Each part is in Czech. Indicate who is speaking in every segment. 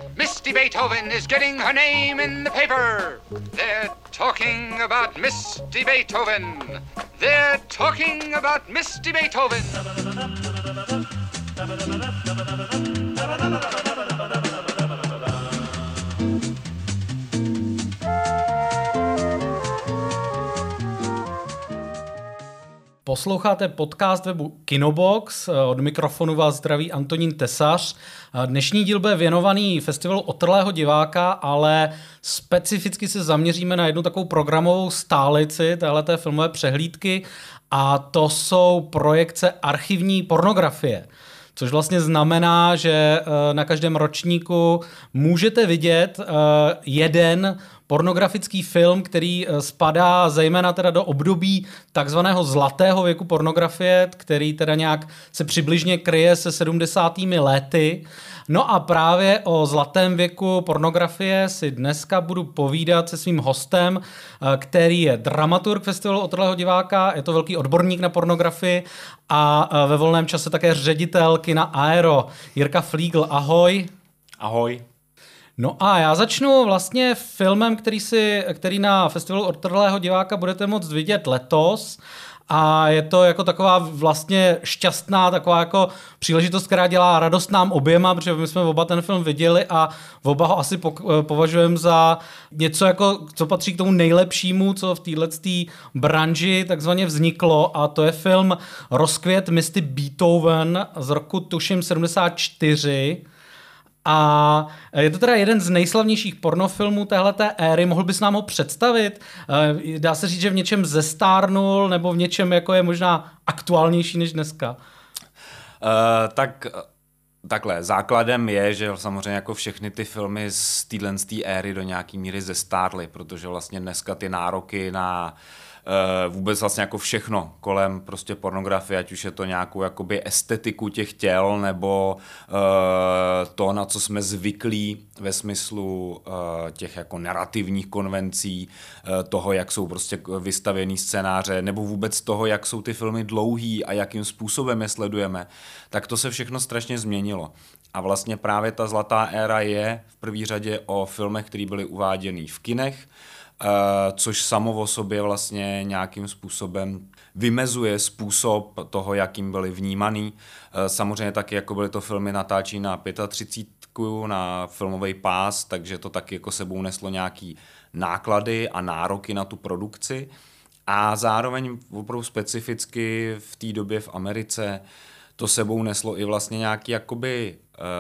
Speaker 1: Misty Beethoven is getting her name in the paper. They're talking about Misty Beethoven. They're talking about Misty Beethoven.
Speaker 2: Posloucháte podcast webu Kinobox, od mikrofonu vás zdraví Antonín Tesař. Dnešní díl bude věnovaný festivalu Otrlého diváka, ale specificky se zaměříme na jednu takovou programovou stálici téhleté filmové přehlídky a to jsou projekce archivní pornografie. Což vlastně znamená, že na každém ročníku můžete vidět jeden pornografický film, který spadá zejména teda do období takzvaného zlatého věku pornografie, který teda nějak se přibližně kryje se 70. lety. No a právě o zlatém věku pornografie si dneska budu povídat se svým hostem, který je dramaturg festivalu Otrlého diváka, je to velký odborník na pornografii a ve volném čase také ředitel kina Aero. Jirka Flígl, ahoj.
Speaker 3: Ahoj.
Speaker 2: No a já začnu vlastně filmem, který na festivalu Otrlého diváka budete moct vidět letos. A je to jako taková vlastně šťastná taková jako příležitost, která dělá radost nám oběma, protože my jsme oba ten film viděli a oba ho asi považujeme za něco, jako, co patří k tomu nejlepšímu, co v této branži takzvaně vzniklo, a to je film Rozkvět Misty Beethoven z roku tuším 74. A je to teda jeden z nejslavnějších pornofilmů téhleté éry. Mohl bys nám ho představit? Dá se říct, že v něčem zestárnul nebo v něčem jako je možná aktuálnější než dneska?
Speaker 3: Takhle, základem je, že samozřejmě jako všechny ty filmy z téhle éry do nějaký míry zestárly, protože vlastně dneska ty nároky na vůbec vlastně jako všechno kolem prostě pornografie, ať už je to nějakou jakoby estetiku těch těl, nebo to, na co jsme zvyklí ve smyslu těch jako narrativních konvencí, toho, jak jsou prostě vystavěný scénáře, nebo vůbec toho, jak jsou ty filmy dlouhý a jakým způsobem je sledujeme, tak to se všechno strašně změnilo. A vlastně právě ta zlatá éra je v první řadě o filmech, které byly uváděny v kinech, což samo o sobě vlastně nějakým způsobem vymezuje způsob toho, jakým byly vnímaný. Samozřejmě taky jako byly to filmy natáčí na 35, na filmový pás, takže to taky jako sebou neslo nějaký náklady a nároky na tu produkci. A zároveň opravdu specificky v té době v Americe to sebou neslo i vlastně nějaký jakoby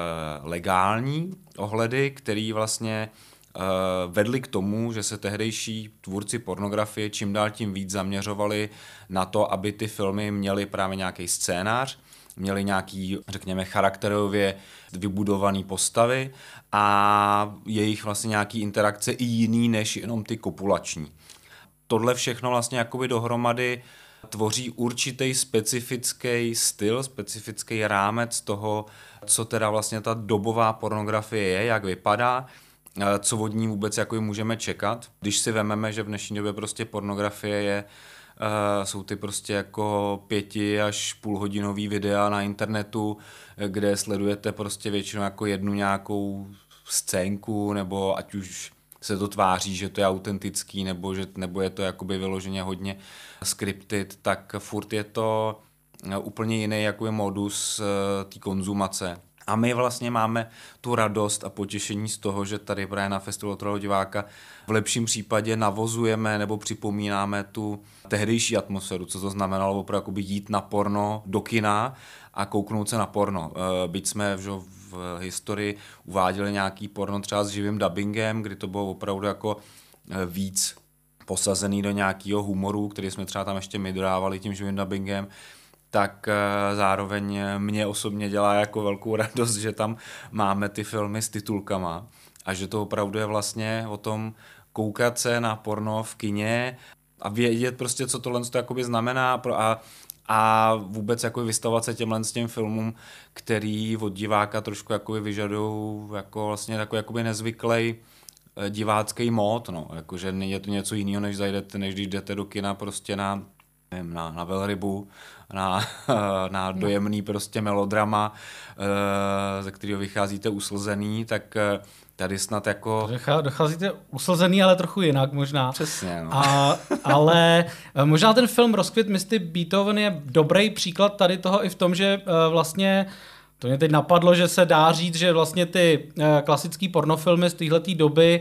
Speaker 3: legální ohledy, který vlastně vedli k tomu, že se tehdejší tvůrci pornografie čím dál tím víc zaměřovali na to, aby ty filmy měly právě nějaký scénář, měly nějaký, řekněme, charakterově vybudovaný postavy a jejich vlastně nějaký interakce i jiný než jenom ty kopulační. Tohle všechno vlastně jakoby dohromady tvoří určitý specifický styl, specifický rámec toho, co teda vlastně ta dobová pornografie je, jak vypadá, co od ní vůbec jako můžeme čekat. Když si vememe, že v dnešní době prostě pornografie jsou ty prostě jako 5 až půlhodinový videa na internetu, kde sledujete prostě většinou jako jednu nějakou scénku, nebo ať už se to tváří, že to je autentický, nebo je to jakoby vyloženě hodně scripted, tak furt je to úplně jiný jakoby modus té konzumace. A my vlastně máme tu radost a potěšení z toho, že tady právě na festivalu Otrlého diváka v lepším případě navozujeme nebo připomínáme tu tehdejší atmosféru, co to znamenalo opravdu jakoby jít na porno do kina a kouknout se na porno. Byť jsme v historii uváděli nějaký porno třeba s živým dubbingem, kdy to bylo opravdu jako víc posazený do nějakého humoru, který jsme třeba tam ještě my dodávali tím živým dubbingem, tak zároveň mě osobně dělá jako velkou radost, že tam máme ty filmy s titulkama a že to opravdu je vlastně o tom koukat se na porno v kině a vědět prostě, co tohle to jakoby znamená a vůbec jako vystavovat se těm filmům, který od diváka trošku jakoby vyžadují jako vlastně jakoby nezvyklej divácký mód, no, jakože je to něco jiného, než když jdete do kina prostě na nevím, na velrybu, na dojemný prostě melodrama, ze kterého vycházíte uslzený, tak tady snad jako...
Speaker 2: Docházíte uslzený, ale trochu jinak možná.
Speaker 3: Přesně, no.
Speaker 2: Ale možná ten film Rozkvět Misty Beethoven je dobrý příklad tady toho i v tom, že vlastně to mě teď napadlo, že se dá říct, že vlastně ty klasický pornofilmy z téhletý doby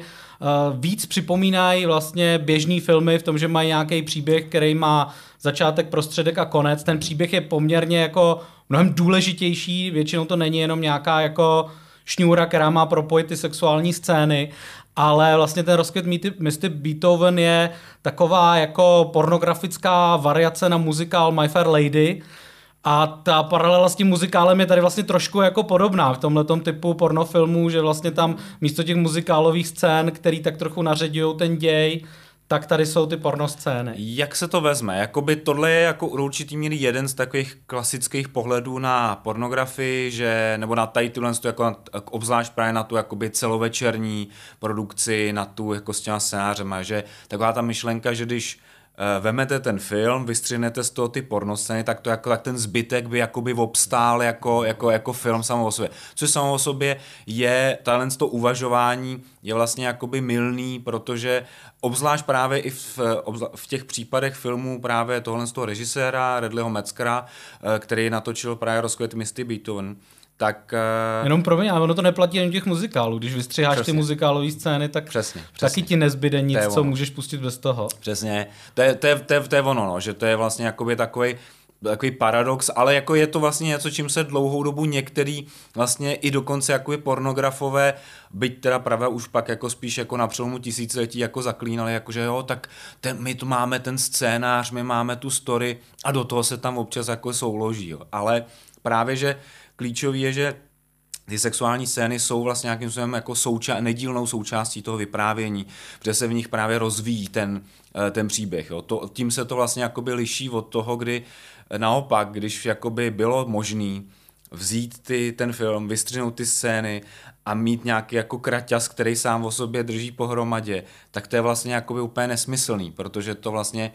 Speaker 2: víc připomínají vlastně běžný filmy v tom, že mají nějaký příběh, který má začátek, prostředek a konec. Ten příběh je poměrně jako mnohem důležitější, většinou to není jenom nějaká jako šňůra, která má propojit ty sexuální scény, ale vlastně ten Rozkvět Misty Beethoven je taková jako pornografická variace na muzikál My Fair Lady. A ta paralela s tím muzikálem je tady vlastně trošku jako podobná v tomhletom typu pornofilmů, že vlastně tam místo těch muzikálových scén, který tak trochu naředují ten děj, tak tady jsou ty pornoscény.
Speaker 3: Jak se to vezme? Jakoby tohle je jako určitý míry jeden z takových klasických pohledů na pornografii, že, nebo na tady tyhle, jako obzvlášť právě na tu jakoby celovečerní produkci, na tu jako s těma scénářema, že taková ta myšlenka, že když vemete ten film, vystřihnete z toho ty pornoscény, tak to jako tak ten zbytek by jakoby obstál jako film samo o sobě. Což samo o sobě je, to uvažování je vlastně jakoby mylný, protože obzvlášť právě i v těch případech filmů právě tohle z toho režiséra Ridleyho Metzgera, který natočil právě Rozkvět Misty Beethoven, tak...
Speaker 2: Jenom pro mě, ale ono to neplatí jen těch muzikálů. Když vystřiháš ty muzikálové scény, tak
Speaker 3: přesně.
Speaker 2: Taky ti nezbyde nic, co můžeš pustit bez toho.
Speaker 3: Přesně. To je ono, no, že to je vlastně jakoby takový paradox, ale jako je to vlastně něco, čím se dlouhou dobu některý vlastně i dokonce jakoby pornografové, byť teda pravda už pak jako spíš jako na přelomu tisíciletí jako zaklínali, jakože jo, tak my tu máme ten scénář, my máme tu story a do toho se tam občas jako souloží, jo. Ale právě, že klíčový je, že ty sexuální scény jsou vlastně nějakým způsobem jako nedílnou součástí toho vyprávění, protože se v nich právě rozvíjí ten příběh. Jo. Tím se to vlastně jakoby liší od toho, kdy naopak, když jakoby bylo možný vzít ten film, vystřihnout ty scény a mít nějaký jako kraťas, který sám o sobě drží pohromadě, tak to je vlastně jakoby úplně nesmyslný, protože to vlastně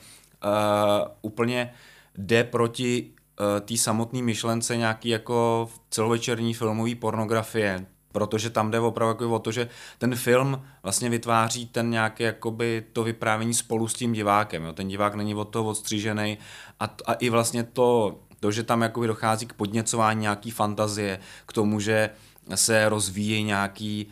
Speaker 3: úplně jde proti té samotné myšlence nějaký jako celovečerní filmový pornografie, protože tam jde opravdu jako o to, že ten film vlastně vytváří ten nějaký jakoby to vyprávění spolu s tím divákem. Jo. Ten divák není od toho odstřížený a i vlastně to, že tam jakoby dochází k podněcování nějaký fantazie, k tomu, že se rozvíjí nějaký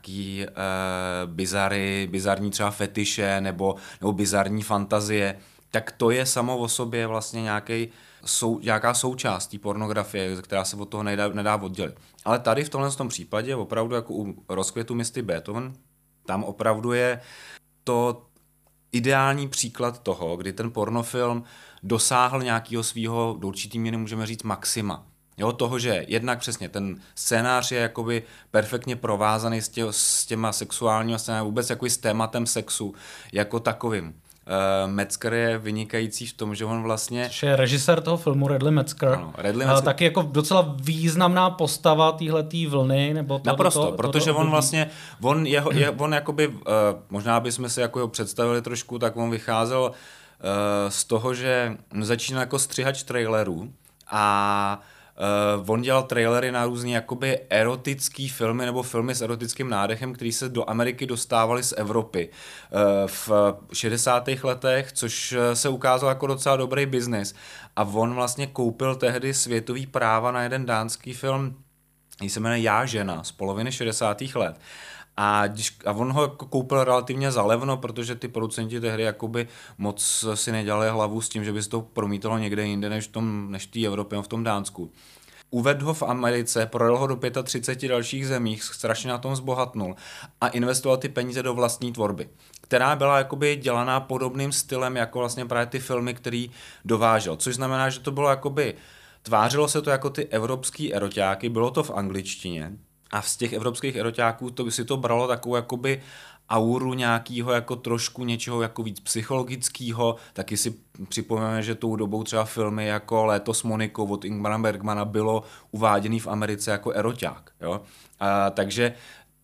Speaker 3: bizarní třeba fetiše nebo bizarní fantazie, tak to je samo o sobě vlastně nějaká součást té pornografie, která se od toho nedá oddělit. Ale tady v tomhle případě, opravdu jako u Rozkvětu Misty Beethoven, tam opravdu je to ideální příklad toho, kdy ten pornofilm dosáhl nějakého svýho, do určitý míry můžeme říct maxima. Jo, toho, že jednak přesně ten scénář je jakoby perfektně provázaný s těma sexuálními scénáři, vůbec jako s tématem sexu jako takovým. Metzger je vynikající v tom, že on vlastně...
Speaker 2: Což je režisér toho filmu Ridley Metzger.
Speaker 3: Ano, Metzger.
Speaker 2: Taky jako docela významná postava téhletý vlny. Nebo
Speaker 3: naprosto, protože on vlastně, on jakoby, možná bychom si jako ho představili trošku, tak on vycházel z toho, že začínal jako střihač trailerů a on dělal trailery na různý jakoby erotický filmy nebo filmy s erotickým nádechem, který se do Ameriky dostávaly z Evropy v 60. letech, což se ukázalo jako docela dobrý biznis. A on vlastně koupil tehdy světový práva na jeden dánský film, který se jmenuje Já žena z poloviny 60. let. A on ho jako koupil relativně za levno, protože ty producenti tehdy jakoby moc si nedělali hlavu s tím, že by se to promítalo někde jinde než v té Evropě, v tom Dánsku. Uvedl ho v Americe, prodal ho do 35 dalších zemích, strašně na tom zbohatnul a investoval ty peníze do vlastní tvorby, která byla jakoby dělaná podobným stylem jako vlastně právě ty filmy, který dovážel, což znamená, že to bylo jakoby, tvářilo se to jako ty evropský eroťáky, bylo to v angličtině a z těch evropských eroťáků to by si to bralo takovou jakoby auru nějakého jako trošku něčeho jako víc psychologického, taky si připomeneme, že tou dobou třeba filmy jako Léto s Monikou od Ingmara Bergmana bylo uváděný v Americe jako eroťák, jo? Takže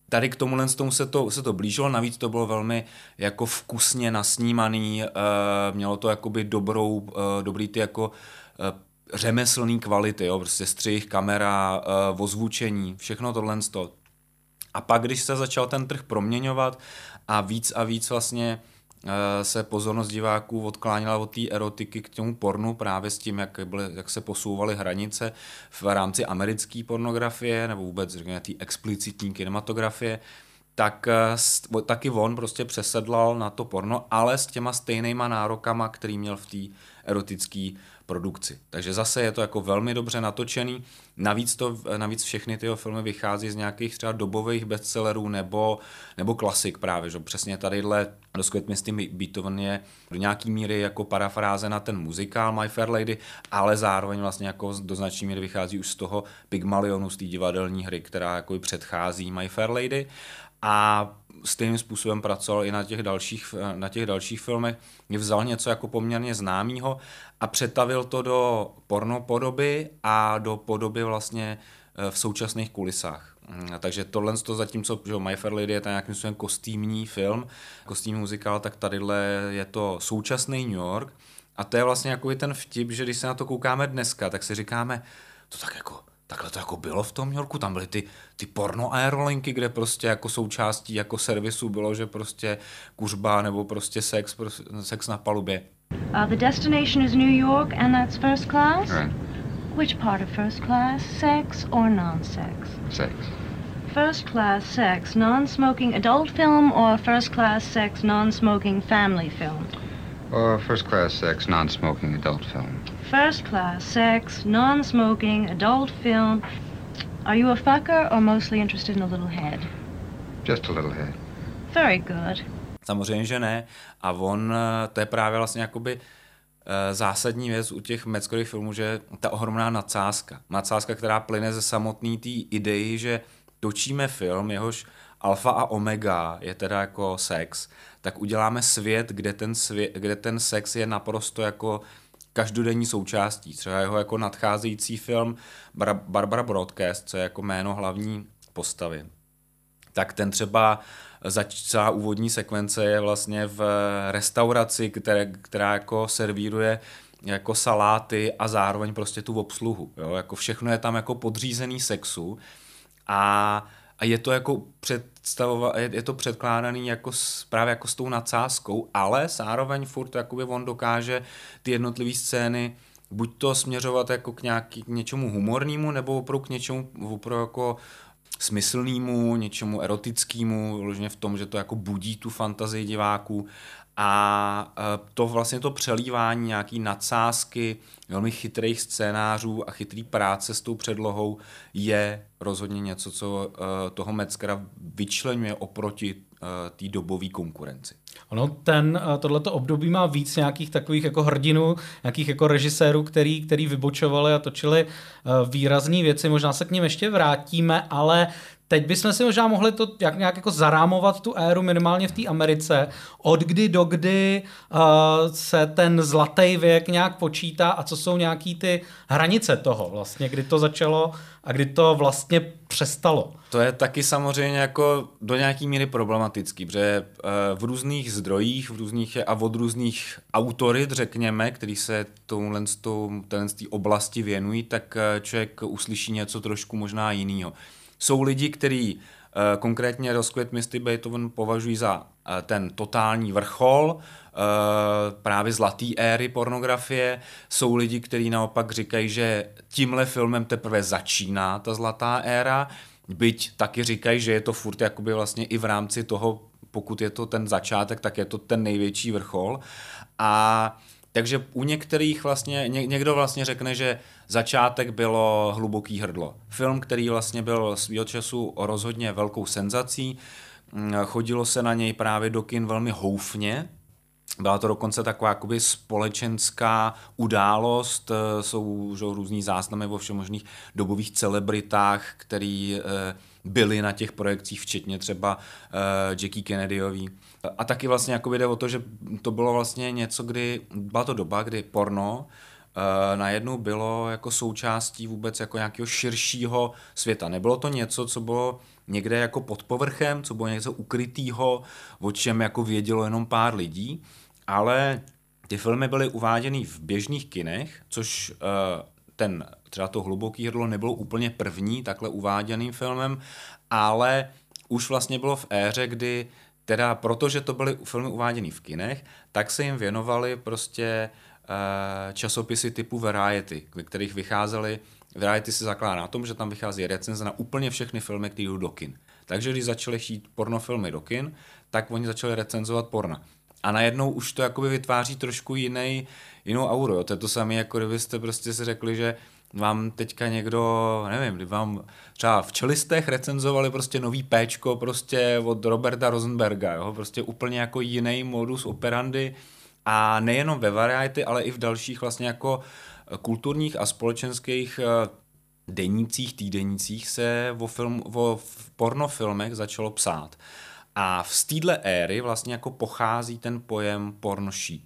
Speaker 3: Tady k tomuhle se to blížilo, navíc to bylo velmi jako vkusně nasnímaný, mělo to jakoby dobrý ty jako řemeslný kvality, jo, prostě střih, kamera, ozvučení, všechno tohle. A pak, když se začal ten trh proměňovat a víc vlastně se pozornost diváků odklánila od té erotiky k tomu pornu právě s tím, jak se posouvaly hranice v rámci americké pornografie nebo vůbec řekněme té explicitní kinematografie, tak taky on prostě přesedlal na to porno, ale s těma stejnýma nárokama, který měl v té erotické produkci. Takže zase je to jako velmi dobře natočený. Navíc všechny tyho filmy vychází z nějakých třeba dobových bestsellerů nebo klasik právě, že přesně tadyhle Rozkvět Misty Beethoven je do nějaký míry jako parafráze na ten muzikál My Fair Lady, ale zároveň vlastně jako do značné míry vychází už z toho Pygmalionu, z té divadelní hry, která jako předchází My Fair Lady. A stejným způsobem pracoval i na těch dalších filmech, kdy vzal něco jako poměrně známýho a přetavil to do porno podoby a do podoby vlastně v současných kulisách. Takže tohle zatímco My Fair Lady je tam nějakým způsobem kostýmní film, kostýmní muzikál, tak tadyhle je to současný New York a to je vlastně jako ten vtip, že když se na to koukáme dneska, tak si říkáme, to tak jako takhle to jako bylo v tom New Yorku, tam byly ty porno aerolinky, kde prostě jako součástí jako servisu bylo, že prostě kuřba nebo prostě sex na palubě.
Speaker 4: The destination is New York and that's first class?
Speaker 1: Right.
Speaker 4: Which part of first class, sex or non-sex?
Speaker 1: Sex.
Speaker 4: First class sex, non-smoking adult film or first class sex, non-smoking family film?
Speaker 1: Or first class sex, non-smoking adult film.
Speaker 4: First class sex, non-smoking adult film. Are you a fucker or mostly interested in a little head?
Speaker 1: Just a little head.
Speaker 4: Very good.
Speaker 3: Samozřejmě, že ne. A to je právě vlastně jakoby zásadní věc u těch Metzgerových filmů, že ta ohromná nadsázka. Nadsázka, která plyne ze samotné té idei, že točíme film, jehož alfa a omega je teda jako sex, tak uděláme svět, kde ten sex je naprosto jako každodenní součástí. Třeba jeho jako nadcházející film Barbara Broadcast, co je jako jméno hlavní postavy. Tak ten třeba celá úvodní sekvence je vlastně v restauraci, která jako servíruje jako saláty a zároveň prostě tu obsluhu. Jo? Jako všechno je tam jako podřízený sexu a je to jako je to předkládaný jako právě jako s tou nadsázkou, ale zároveň furt jakoby on dokáže ty jednotlivé scény buď to směřovat jako k něčemu humornému, nebo opravdu k něčemu opravdu jako smyslnému, něčemu erotickému, vloženě v tom, že to jako budí tu fantazii diváků a to vlastně to přelívání nějaký nadsázky, velmi chytrých scénářů a chytrý práce s tou předlohou je rozhodně něco, co toho Metzgera vyčleňuje oproti té dobové konkurenci.
Speaker 2: Ono tohleto období má víc nějakých takových jako hrdinů, nějakých jako režisérů, který vybočovali a točili výrazné věci. Možná se k nim ještě vrátíme, ale teď bychom si možná mohli to nějak jako zarámovat tu éru minimálně v té Americe, od kdy do kdy se ten zlatý věk nějak počítá a co jsou nějaký ty hranice toho vlastně, kdy to začalo a kdy to vlastně přestalo.
Speaker 3: To je taky samozřejmě jako do nějaký míry problematický, protože v různých zdrojích, a od různých autorit, řekněme, který se téhle oblasti věnují, tak člověk uslyší něco trošku možná jinýho. Jsou lidi, kteří konkrétně Rozkvět Misty Beethoven považují za ten totální vrchol právě zlatý éry pornografie. Jsou lidi, kteří naopak říkají, že tímhle filmem teprve začíná ta zlatá éra, byť taky říkají, že je to furt jakoby vlastně i v rámci toho, pokud je to ten začátek, tak je to ten největší vrchol. A takže u některých vlastně, někdo vlastně řekne, že začátek bylo Hluboký hrdlo. Film, který vlastně byl svýho času rozhodně velkou senzací. Chodilo se na něj právě do kin velmi houfně. Byla to dokonce taková jakoby společenská událost. Jsou různý záznamy o všemožných dobových celebritách, který byli na těch projekcích, včetně třeba Jackie Kennedyový. A taky vlastně jakoby jde o to, že to bylo vlastně něco, byla to doba, kdy porno najednou bylo jako součástí vůbec jako nějakého širšího světa. Nebylo to něco, co bylo někde jako pod povrchem, co bylo něco ukrytýho, o čem jako vědělo jenom pár lidí, ale ty filmy byly uváděny v běžných kinech, což třeba to Hluboký hrdlo nebylo úplně první takhle uváděným filmem, ale už vlastně bylo v éře, kdy teda protože to byly filmy uváděny v kinech, tak se jim věnovaly prostě časopisy typu Variety, ve kterých vycházely. Variety se zakládá na tom, že tam vychází recenze na úplně všechny filmy, které jdou do kin. Takže když začaly chtít pornofilmy do kin, tak oni začali recenzovat porna. A najednou už to jakoby vytváří trošku jinou auru. Jo. To je to samé, jako kdybyste prostě si řekli, že vám teďka někdo, nevím, kdy vám třeba v Čelistech recenzovali prostě nový péčko prostě od Roberta Rosenberga, jo. Prostě úplně jako jiný modus operandi a nejenom ve Variety, ale i v dalších vlastně jako kulturních a společenských denících, týdenících se o pornofilmech začalo psát. A z téhle éry vlastně jako pochází ten pojem porno chic.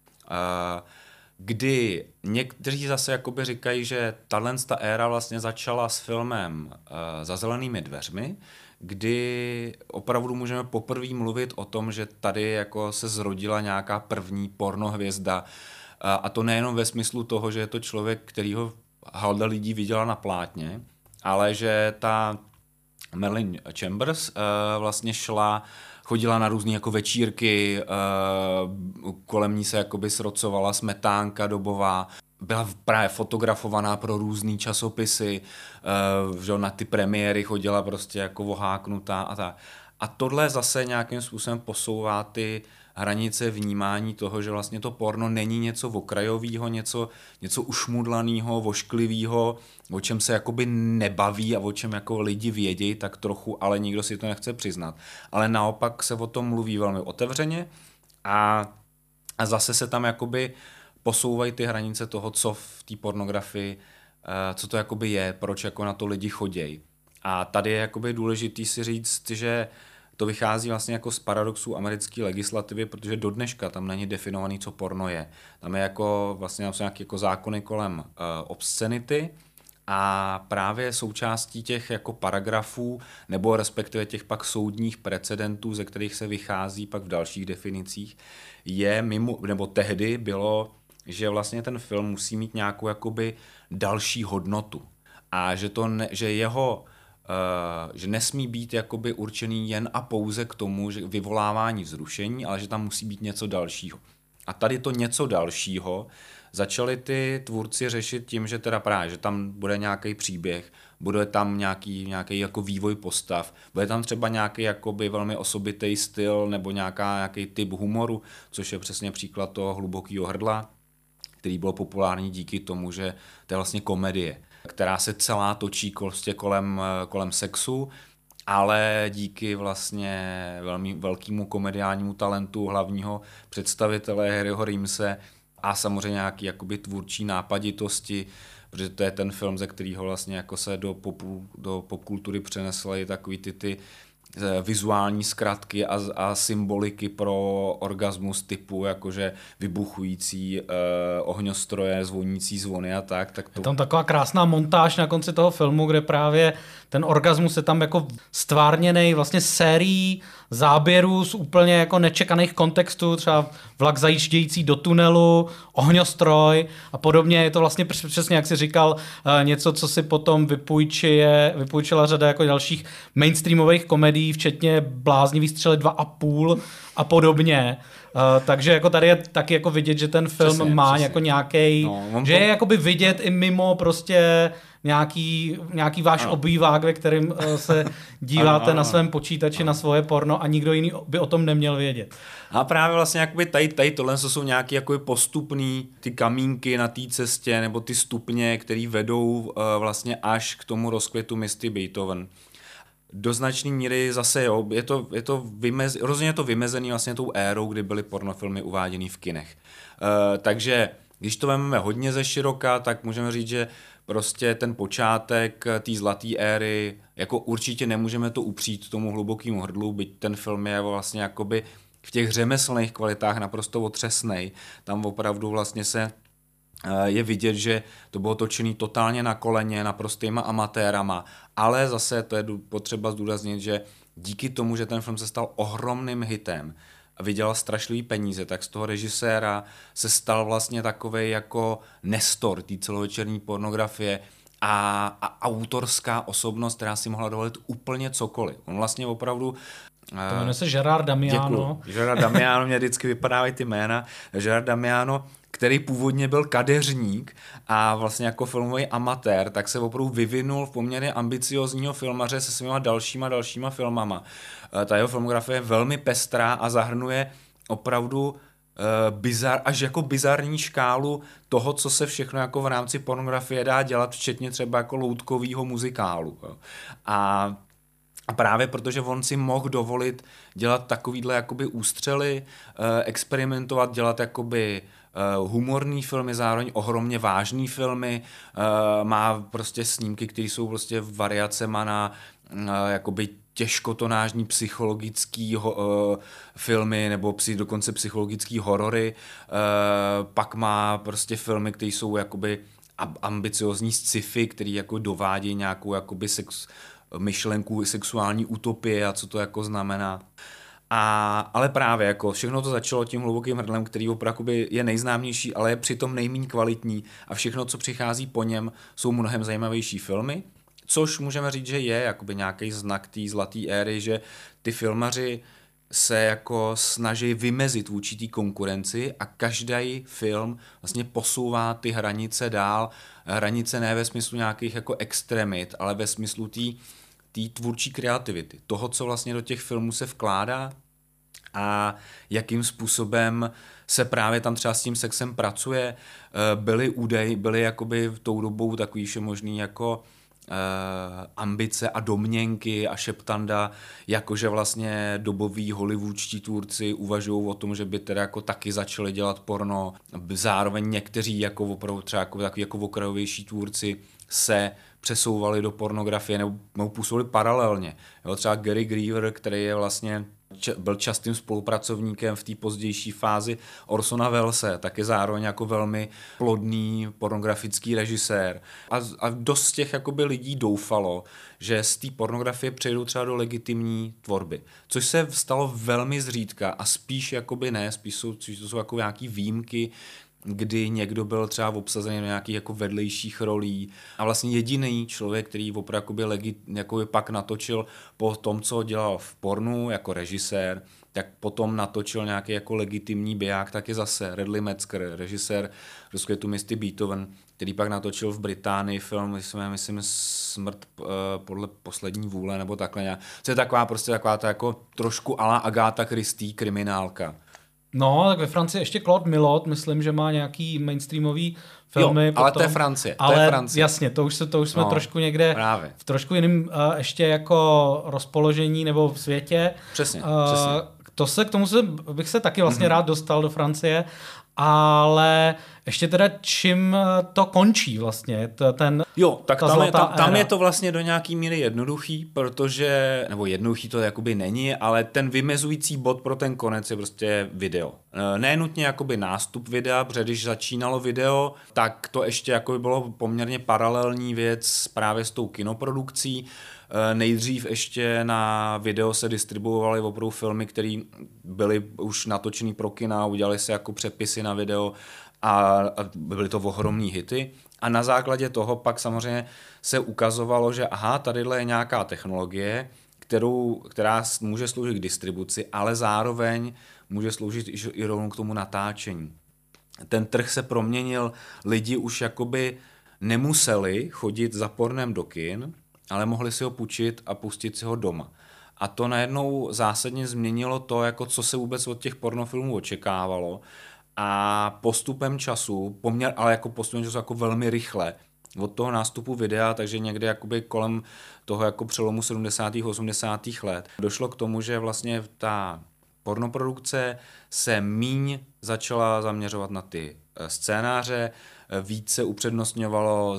Speaker 3: Kdy někteří zase jakoby říkají, že ta éra vlastně začala s filmem Za zelenými dveřmi, kdy opravdu můžeme poprvé mluvit o tom, že tady jako se zrodila nějaká první pornohvězda. A to nejenom ve smyslu toho, že je to člověk, kterýho halda lidí viděla na plátně, ale že ta Marilyn Chambers vlastně chodila na různé jako večírky, kolem ní se jakoby srocovala smetánka dobová, byla právě fotografovaná pro různý časopisy, že na ty premiéry chodila prostě jako oháknutá a tak. A tohle zase nějakým způsobem posouvá ty hranice vnímání toho, že vlastně to porno není něco okrajového, něco ušmudlaného, vošklivého, o čem se jakoby nebaví a o čem jako lidi vědějí tak trochu, ale nikdo si to nechce přiznat. Ale naopak se o tom mluví velmi otevřeně a zase se tam jakoby posouvají ty hranice toho, co v té pornografii, co to jakoby je, proč jako na to lidi chodějí. A tady je jakoby důležitý si říct, že to vychází vlastně jako z paradoxů americké legislativy, protože do dneška tam není definovaný, co porno je. Tam je jako vlastně nějaké jako zákony kolem obscenity a právě součástí těch jako paragrafů nebo respektive těch pak soudních precedentů, ze kterých se vychází pak v dalších definicích, nebo tehdy bylo, že vlastně ten film musí mít nějakou jakoby další hodnotu a že nesmí být jakoby určený jen a pouze k tomu, že vyvolávání vzrušení, ale že tam musí být něco dalšího. A tady to něco dalšího začali ty tvůrci řešit tím, že teda právě, že tam bude nějaký příběh, bude tam nějaký jako vývoj postav, bude tam třeba nějaký jakoby velmi osobitý styl nebo nějaký typ humoru, což je přesně příklad toho Hlubokýho hrdla, který byl populární díky tomu, že to je vlastně komedie, která se celá točí kolem sexu, ale díky vlastně velmi velkému komediálnímu talentu hlavního představitele Harryho Reamse a samozřejmě nějaký jakoby tvůrčí nápaditosti, protože to je ten film, ze kterého vlastně jako se do popkultury přenesly takový ty vizuální zkratky a symboliky pro orgasmus typu jakože vybuchující ohňostroje, zvonící zvony a tak to...
Speaker 2: Je tam taková krásná montáž na konci toho filmu, kde právě ten orgasmus je tam jako stvárněnej vlastně sérií záběrů z úplně jako nečekaných kontextů, třeba vlak zajíždějící do tunelu, ohňostroj a podobně. Je to vlastně přesně, jak jsi říkal, něco, co si potom vypůjčila řada jako dalších mainstreamových komedií, včetně Bláznivý střely 2,5 a podobně. Takže jako tady je taky jako vidět, že ten film přesně. Jako nějaký, že je jakoby vidět i mimo prostě nějaký váš obývák, ve kterém se díváte ano. Na svém počítači na svoje porno a nikdo jiný by o tom neměl vědět.
Speaker 3: A právě vlastně jakoby tady tohle jsou nějaký jakoby postupný ty kamínky na té cestě nebo ty stupně, které vedou vlastně až k tomu rozkvětu Misty Beethoven. Do značné míry zase rozhodně je to vymezený vlastně tou érou, kdy byly pornofilmy uváděny v kinech. Takže když to vezmeme hodně ze široka, tak můžeme říct, že prostě ten počátek té zlaté éry, jako určitě nemůžeme to upřít tomu Hlubokému hrdlu, byť ten film je vlastně jakoby v těch řemeslných kvalitách naprosto otřesnej. Tam opravdu vlastně se je vidět, že to bylo točené totálně na koleně, naprostýma amatérama, ale zase to je potřeba zdůraznit, že díky tomu, že ten film se stal ohromným hitem a vydělal strašlivý peníze, tak z toho režiséra se stal vlastně takovej jako nestor té celovečerní pornografie a autorská osobnost, která si mohla dovolit úplně cokoliv. On vlastně opravdu...
Speaker 2: To jmenuje se Gerard Damiano.
Speaker 3: Děkuju. Gerard Damiano, mě vždycky vypadávají ty jména. Gerard Damiano, který původně byl kadeřník a vlastně jako filmový amatér, tak se opravdu vyvinul v poměrně ambiciozního filmaře se svýma dalšíma filmama. Ta jeho filmografie je velmi pestrá a zahrnuje opravdu až jako bizarní škálu toho, co se všechno jako v rámci pornografie dá dělat, včetně třeba jako loutkovýho muzikálu. Jo. A právě protože on si mohl dovolit dělat takovýhle jakoby ústřely, experimentovat, dělat jakoby humorný filmy, zároveň ohromně vážný filmy, má prostě snímky, které jsou prostě variacema na jakoby těžkotonážní psychologický filmy nebo dokonce psychologický horory. Pak má prostě filmy, které jsou jakoby ambiciozní sci-fi, který jako dovádějí nějakou jakoby myšlenku sexuální utopie a co to jako znamená. Ale právě jako všechno to začalo tím Hlubokým hrdlem, který opravdu je nejznámější, ale je přitom nejméně kvalitní a všechno, co přichází po něm, jsou mnohem zajímavější filmy, což můžeme říct, že je jakoby nějaký znak té zlaté éry, že ty filmaři se jako snaží vymezit vůči té konkurenci a každý film vlastně posouvá ty hranice dál. Hranice ne ve smyslu nějakých jako extremit, ale ve smyslu té tvůrčí kreativity. Toho, co vlastně do těch filmů se vkládá a jakým způsobem se právě tam třeba s tím sexem pracuje. Byly jakoby v tou dobou takový všemožný jako ambice a domněnky a šeptanda, jakože vlastně doboví hollywoodští tvůrci uvažují o tom, že by teda jako taky začali dělat porno. Zároveň někteří jako opravdu třeba jako takový jako okrajovější tvůrci se přesouvali do pornografie nebo působili paralelně. Jo, třeba Gary Greer, který je vlastně byl častým spolupracovníkem v té pozdější fázi Orsona Wellese, taky zároveň jako velmi plodný pornografický režisér. A dost těch jakoby lidí doufalo, že z té pornografie přejdou třeba do legitimní tvorby. Což se stalo velmi zřídka a spíš jakoby ne, spíš to jsou jako nějaký výjimky, kdy někdo byl třeba obsazený do nějakých jako vedlejších rolí a vlastně jediný člověk, který opravdu jakoby pak natočil po tom, co dělal v pornu jako režisér, tak potom natočil nějaký jako legitimní biják, taky zase Ridley Metzger, režisér rozkvětu Misty Beethoven, který pak natočil v Británii film, myslím, Smrt podle poslední vůle, nebo takhle nějak. Co je taková ta jako trošku à la Agatha Christie kriminálka.
Speaker 2: No, tak ve Francii ještě Claude Milot, myslím, že má nějaký mainstreamový filmy.
Speaker 3: Jo, ale to je Francie.
Speaker 2: Jasně, to už jsme trošku někde
Speaker 3: právě.
Speaker 2: V trošku jiném ještě jako rozpoložení nebo v světě.
Speaker 3: Přesně.
Speaker 2: K tomu bych se taky vlastně rád dostal do Francie, ale ještě teda čím to končí vlastně,
Speaker 3: tam je to vlastně do nějaký míry jednoduchý, protože, nebo jednoduchý to jakoby není, ale ten vymezující bod pro ten konec je prostě video. Nenutně jakoby nástup videa, protože když začínalo video, tak to ještě jakoby bylo poměrně paralelní věc právě s tou kinoprodukcí. Nejdřív ještě na video se distribuovaly opravdu filmy, které byly už natočený pro kina, udělali se jako přepisy na video a byly to ohromný hity. A na základě toho pak samozřejmě se ukazovalo, že tadyhle je nějaká technologie, která může sloužit k distribuci, ale zároveň může sloužit i rovnou k tomu natáčení. Ten trh se proměnil, lidi už jakoby nemuseli chodit za pornem do kin, ale mohli si ho půjčit a pustit si ho doma. A to najednou zásadně změnilo to, jako co se vůbec od těch pornofilmů očekávalo. A postupem času, jako velmi rychle, od toho nástupu videa, takže někde jakoby kolem toho jako přelomu 70. 80. let, došlo k tomu, že vlastně ta pornoprodukce se míň začala zaměřovat na ty scénáře, více upřednostňovalo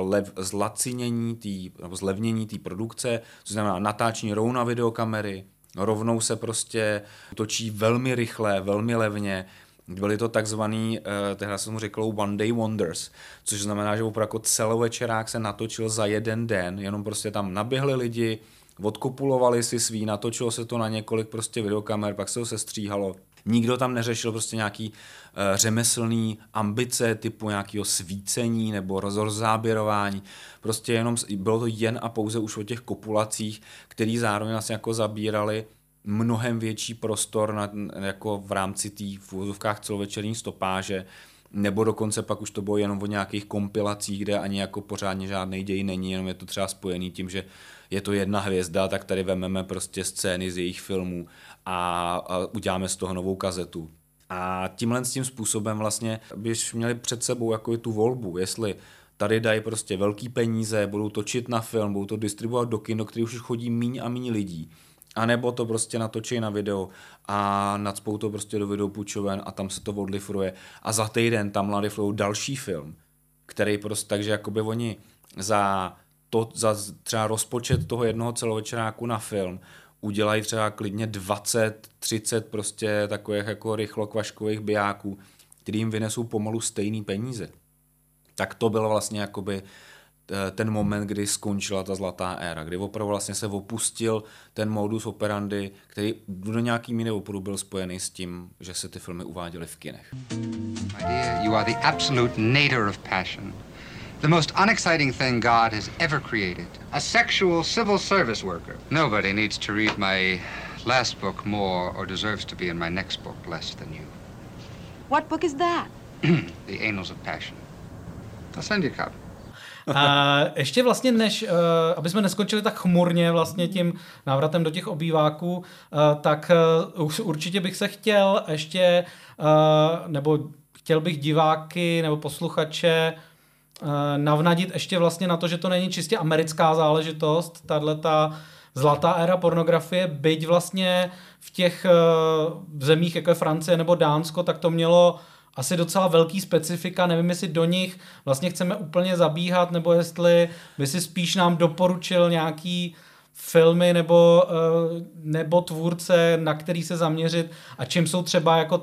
Speaker 3: zlevnění té produkce, co znamená natáčení rovnou na videokamery, rovnou se prostě točí velmi rychle, velmi levně, Byly to takzvaný, tehdy jsem mu řekl One Day Wonders, což znamená, že opravdu jako celovečerák se natočil za jeden den, jenom prostě tam naběhli lidi, odkopulovali si svý, natočilo se to na několik prostě videokamer, pak se to sestříhalo. Nikdo tam neřešil prostě nějaký řemeslný ambice typu nějakého svícení nebo rozzáběrování. Prostě jenom bylo to jen a pouze už o těch kopulacích, který zároveň vlastně jako zabírali mnohem větší prostor jako v rámci té v úvozovkách celovečerní stopáže, nebo dokonce pak už to bylo jenom o nějakých kompilacích, kde ani jako pořádně žádný děj není, jenom je to třeba spojený tím, že je to jedna hvězda, tak tady vememe prostě scény z jejich filmů a uděláme z toho novou kazetu. A tímhle s tím způsobem vlastně byš měli před sebou jako tu volbu, jestli tady dají prostě velký peníze, budou točit na film, budou to distribuovat do kin, do kterých už chodí míň a míň lidí. A nebo to prostě natočí na video a nacpou to prostě do videopůjčoven a tam se to odlifruje. A za týden tam nadifrujou další film, který prostě, takže jakoby oni za třeba rozpočet toho jednoho celovečeráku na film udělají třeba klidně 20-30 prostě takových jako rychlokvaškových bijáků, který jim vynesou pomalu stejný peníze. Tak to bylo vlastně jakoby ten moment, kdy skončila ta zlatá éra, kdy opravdu vlastně se opustil ten modus operandi, který do nějaký míry opravdu byl spojený s tím, že se ty filmy uváděly v kinech.
Speaker 1: My dear, you are the absolute nadir of passion. The most unexciting thing God has ever created. A sexual civil service worker. Nobody needs to read my last book more or deserves to be in my next book less than you.
Speaker 5: What book is that?
Speaker 1: The Annals of Passion. I'll send you a copy.
Speaker 2: A ještě vlastně aby jsme neskončili tak chmurně vlastně tím návratem do těch obýváků, tak určitě bych se chtěl ještě, nebo chtěl bych diváky nebo posluchače navnadit ještě vlastně na to, že to není čistě americká záležitost, tato zlatá éra pornografie, byť vlastně v těch zemích, jako je Francie nebo Dánsko, tak to mělo asi docela velký specifika, nevím, jestli do nich vlastně chceme úplně zabíhat, nebo jestli by si spíš nám doporučil nějaký filmy nebo tvůrce, na který se zaměřit a čím jsou třeba jako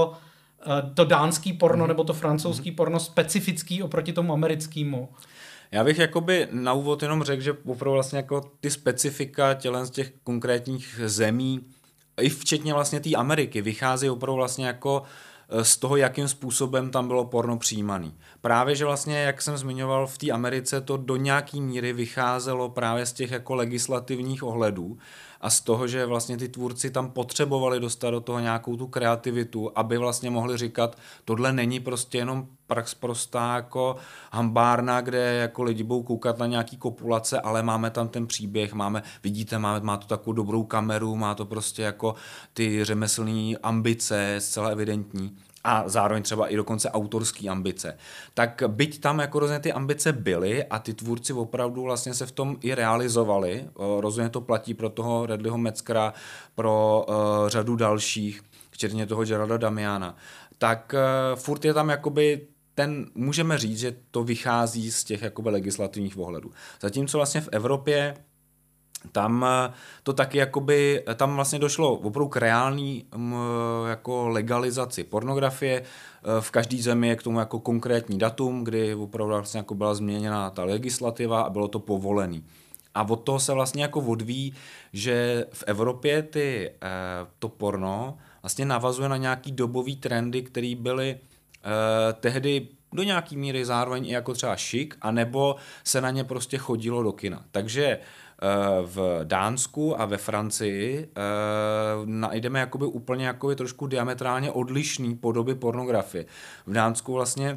Speaker 2: to dánský porno nebo to francouzský porno specifický oproti tomu americkému.
Speaker 3: Já bych jakoby na úvod jenom řekl, že opravdu vlastně jako ty specifika z těch konkrétních zemí, i včetně vlastně té Ameriky, vychází opravdu vlastně jako z toho, jakým způsobem tam bylo porno přijímaný. Právě, že vlastně, jak jsem zmiňoval, v té Americe to do nějaký míry vycházelo právě z těch jako legislativních ohledů a z toho, že vlastně ty tvůrci tam potřebovali dostat do toho nějakou tu kreativitu, aby vlastně mohli říkat, tohle není prostě jenom prostá jako hambárna, kde jako lidi budou koukat na nějaký kopulace, ale máme tam ten příběh, vidíte, má to takovou dobrou kameru, má to prostě jako ty řemeslné ambice, zcela evidentní. A zároveň třeba i dokonce autorský ambice. Tak byť tam jako rozhodně ty ambice byly a ty tvůrci opravdu vlastně se v tom i realizovali, rozhodně to platí pro toho Ridleyho Metzgera, pro řadu dalších, včetně toho Geralda Damiana, tak furt je tam jakoby můžeme říct, že to vychází z těch jakoby legislativních ohledů. Zatímco vlastně v Evropě tam to taky jakoby, tam vlastně došlo opravdu k reální jako legalizaci pornografie. V každé zemi je k tomu jako konkrétní datum, kdy opravdu vlastně jako byla změněna ta legislativa a bylo to povolený. A od toho se vlastně jako odvíjí, že v Evropě to porno vlastně navazuje na nějaký dobový trendy, které byly tehdy do nějaký míry zároveň i jako třeba šik, anebo se na ně prostě chodilo do kina. Takže v Dánsku a ve Francii najdeme jakoby úplně jakoby trošku diametrálně odlišný podoby pornografie. V Dánsku vlastně,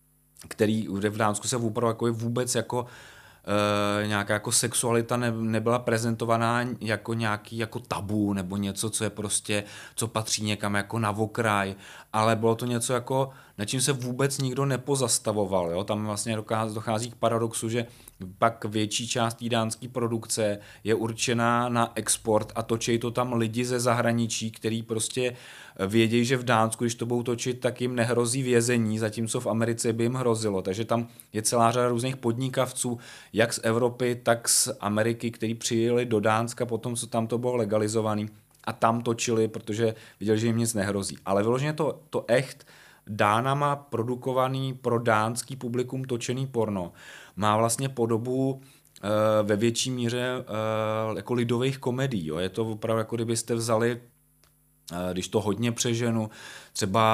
Speaker 3: v Dánsku se opravdu vůbec jako nějaká jako sexualita nebyla prezentovaná jako nějaký jako tabu nebo něco, co je prostě, co patří někam jako na okraj, ale bylo to něco jako, na čím se vůbec nikdo nepozastavoval. Jo? Tam vlastně dochází k paradoxu, že pak větší část té dánské produkce je určená na export a točí to tam lidi ze zahraničí, který prostě vědějí, že v Dánsku, když to budou točit, tak jim nehrozí vězení, zatímco v Americe by jim hrozilo. Takže tam je celá řada různých podnikavců, jak z Evropy, tak z Ameriky, kteří přijeli do Dánska potom, co tam to bylo legalizovaný a tam točili, protože viděli, že jim nic nehrozí. Ale vyloženě to echt Dánama produkovaný pro dánský publikum točený porno má vlastně podobu ve větší míře jako lidových komedií. Jo. Je to opravdu, jako kdybyste vzali, když to hodně přeženu, třeba,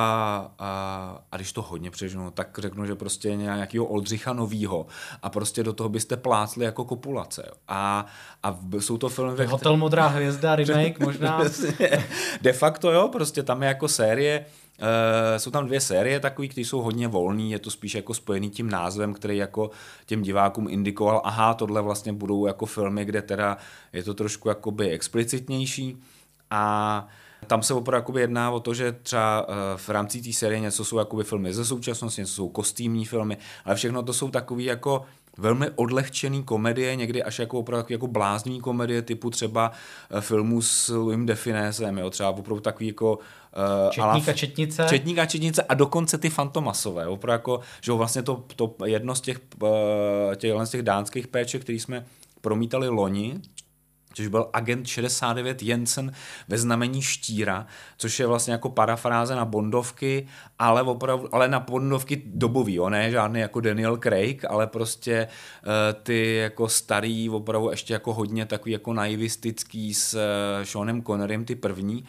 Speaker 3: a když to hodně přeženu, tak řeknu, že prostě nějakého Oldřicha Novýho a prostě do toho byste plácli jako kopulace. Jo. A jsou to filmy...
Speaker 2: Hotel Modrá hvězda, remake možná.
Speaker 3: De facto jo, prostě tam je jako série. Jsou tam 2 série takový, které jsou hodně volný, je to spíš jako spojený tím názvem, který jako těm divákům indikoval, aha, tohle vlastně budou jako filmy, kde teda je to trošku jakoby explicitnější a tam se opravdu jakoby jedná o to, že třeba v rámci té série něco jsou jakoby filmy ze současnosti, něco jsou kostýmní filmy, ale všechno to jsou takový jako velmi odlehčený komedie, někdy až jako opravdu jako bláznivý komedie typu třeba filmů s Louisem de Finésem, jo, třeba opravdu takový jako
Speaker 2: Četník a
Speaker 3: četnice a dokonce ty Fantomasové, opravdu jako, že vlastně to jedno z těch dánských péček, který jsme promítali loni, což byl Agent 69 Jensen ve znamení štíra, což je vlastně jako parafráze na bondovky, ale na bondovky dobový, jo, ne žádný jako Daniel Craig, ale prostě ty jako starý, opravdu ještě jako hodně takový jako naivistický s Seanem Connerym, ty první,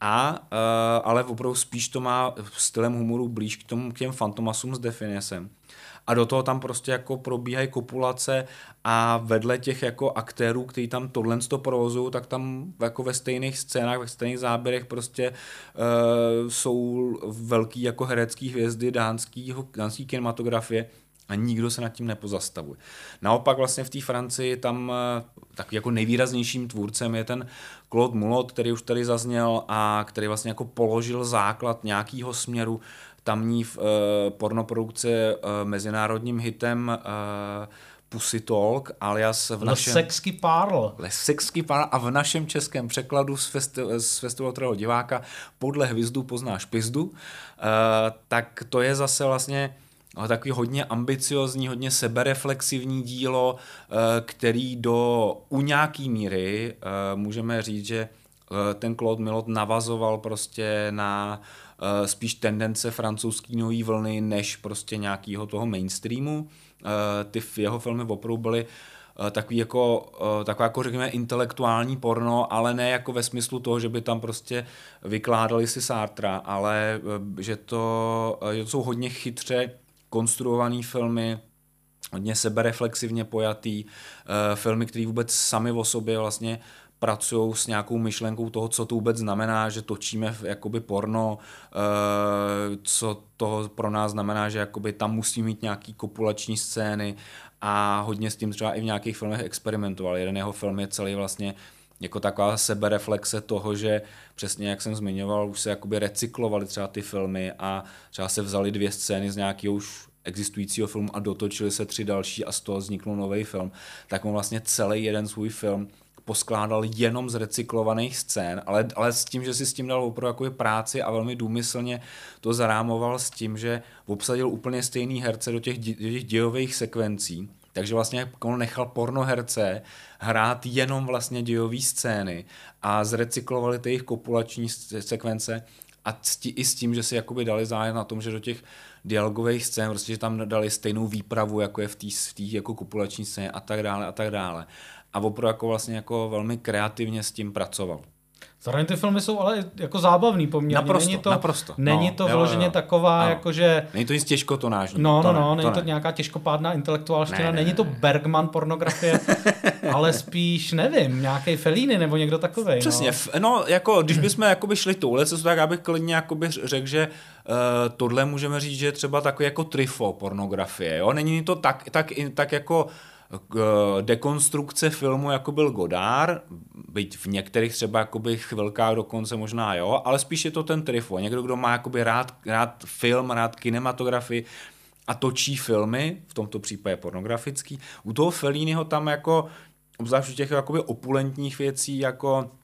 Speaker 3: ale opravdu spíš to má stylem humoru blíž k těm Fantomasům s De Finesem. A do toho tam prostě jako probíhají kopulace a vedle těch jako aktérů, kteří tam tohle provozují, tak tam jako ve stejných scénách, ve stejných záběrech prostě jsou velký jako herecký hvězdy dánský kinematografie a nikdo se nad tím nepozastavuje. Naopak vlastně v té Francii tam taky jako nejvýraznějším tvůrcem je ten Claude Mulot, který už tady zazněl a který vlastně jako položil základ nějakého směru tamní pornoprodukce mezinárodním hitem Pussy Talk, alias v našem...
Speaker 2: Le Sexy Parle
Speaker 3: a v našem českém překladu z Festivalu otrlého diváka Podle hvězdu poznáš pizdu, tak to je zase vlastně takový hodně ambiciozní, hodně sebereflexivní dílo, který u nějaký míry můžeme říct, že ten Claude Milot navazoval prostě na spíš tendence francouzský nový vlny, než prostě nějakého toho mainstreamu. Ty jeho filmy opravdu byly taková jako řekněme intelektuální porno, ale ne jako ve smyslu toho, že by tam prostě vykládali si Sartra, ale že to jsou hodně chytře konstruovaný filmy, hodně sebereflexivně pojatý, filmy, které vůbec sami o sobě vlastně pracují s nějakou myšlenkou toho, co to vůbec znamená, že točíme jakoby porno, co to pro nás znamená, že jakoby tam musí mít nějaký kopulační scény a hodně s tím třeba i v nějakých filmech experimentoval. Jeden jeho film je celý vlastně jako taková sebereflexe toho, že přesně jak jsem zmiňoval, už se jakoby recyklovaly třeba ty filmy a třeba se vzali 2 scény z nějakého už existujícího filmu a dotočili se 3 další a z toho vznikl nový film. Tak on vlastně celý jeden svůj film poskládal jenom z recyklovaných scén, ale s tím, že si s tím dal opravdu jako práci a velmi důmyslně to zarámoval s tím, že obsadil úplně stejný herce do těch dějových sekvencí, takže vlastně on nechal pornoherce hrát jenom vlastně dějové scény a zrecyklovali ty jejich kopulační sekvence a i s tím, že si jakoby dali zájem na tom, že do těch dialogových scén, prostě, že tam dali stejnou výpravu, jako je v té jako kopulační scéně a tak dále a tak dále. A opravdu jako vlastně jako velmi kreativně s tím pracoval.
Speaker 2: Zároveň ty filmy jsou ale jako zábavný poměrně.
Speaker 3: Naprosto.
Speaker 2: Není to vyloženě taková, jakože...
Speaker 3: Není to nic těžkotonážní.
Speaker 2: Není to nějaká těžkopádná intelektuálština, není to Bergman pornografie, ale spíš, nevím, nějaký Fellini nebo někdo takovej.
Speaker 3: Přesně, jako když bychom jakoby šli touhle cestu, tak já bych klidně jakoby řekl, že tohle můžeme říct, že je třeba takový jako Truffaut pornografie, jo? Není to tak jako dekonstrukce filmu, jako byl Godard, byť v některých třeba jakoby chvilkách dokonce možná jo, ale spíš je to ten Truffaut, někdo, kdo má jakoby rád film, rád kinematografii a točí filmy, v tomto případě pornografický. U toho Felliniho tam jako, obzvlášť těch jakoby opulentních věcí, jako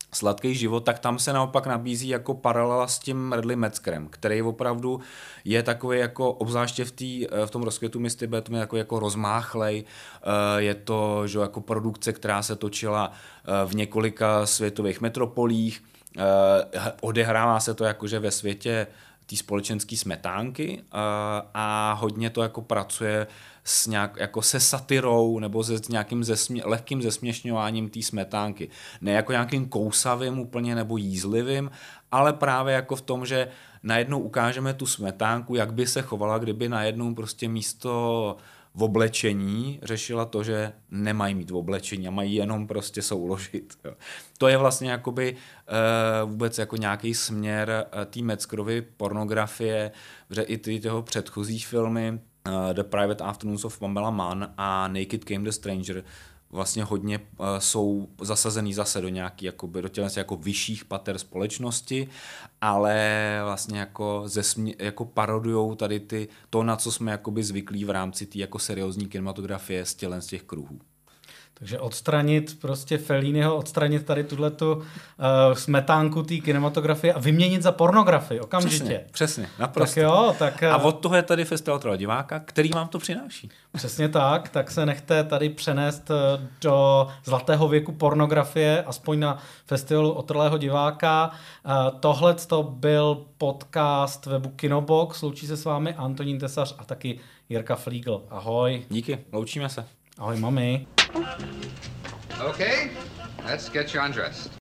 Speaker 3: Sladký život, tak tam se naopak nabízí jako paralela s tím Ridley Metzgerem, který opravdu je takový jako, obzvláště v tom Rozkvětu misty, bude to takový jako rozmáchlej, je to, že jako produkce, která se točila v několika světových metropolích, odehrává se to jakože ve světě té společenské smetánky a hodně to jako pracuje jako se satirou nebo s nějakým lehkým zesměšňováním té smetánky. Ne jako nějakým kousavým úplně nebo jízlivým, ale právě jako v tom, že najednou ukážeme tu smetánku, jak by se chovala, kdyby najednou prostě místo v oblečení řešila to, že nemají mít v oblečení a mají jenom prostě souložit. Jo. To je vlastně jakoby vůbec jako nějaký směr té Metzgerovy pornografie, protože i ty jeho předchozí filmy The Private Afternoons of Pamela Mann a Naked Came the Stranger vlastně hodně jsou zasazený zase do nějaký jakoby, do těchto jako vyšších pater společnosti, ale vlastně jako parodujou tady to, na co jsme jakoby zvyklí v rámci té jako seriózní kinematografie z těch kruhů.
Speaker 2: Takže odstranit prostě Felliniho, odstranit tady tuhletu smetánku té kinematografie a vyměnit za pornografii okamžitě.
Speaker 3: Přesně, naprosto.
Speaker 2: Tak jo, tak,
Speaker 3: a od toho je tady Festival otrlého diváka, který vám to přináší.
Speaker 2: Přesně tak se nechte tady přenést do zlatého věku pornografie, aspoň na Festivalu otrlého diváka. Tohle to byl podcast webu Kinobox, loučí se s vámi Antonín Tesař a taky Jirka Flígl. Ahoj.
Speaker 3: Díky, loučíme se.
Speaker 2: Ahoj, mami.
Speaker 1: Okay, let's get you undressed.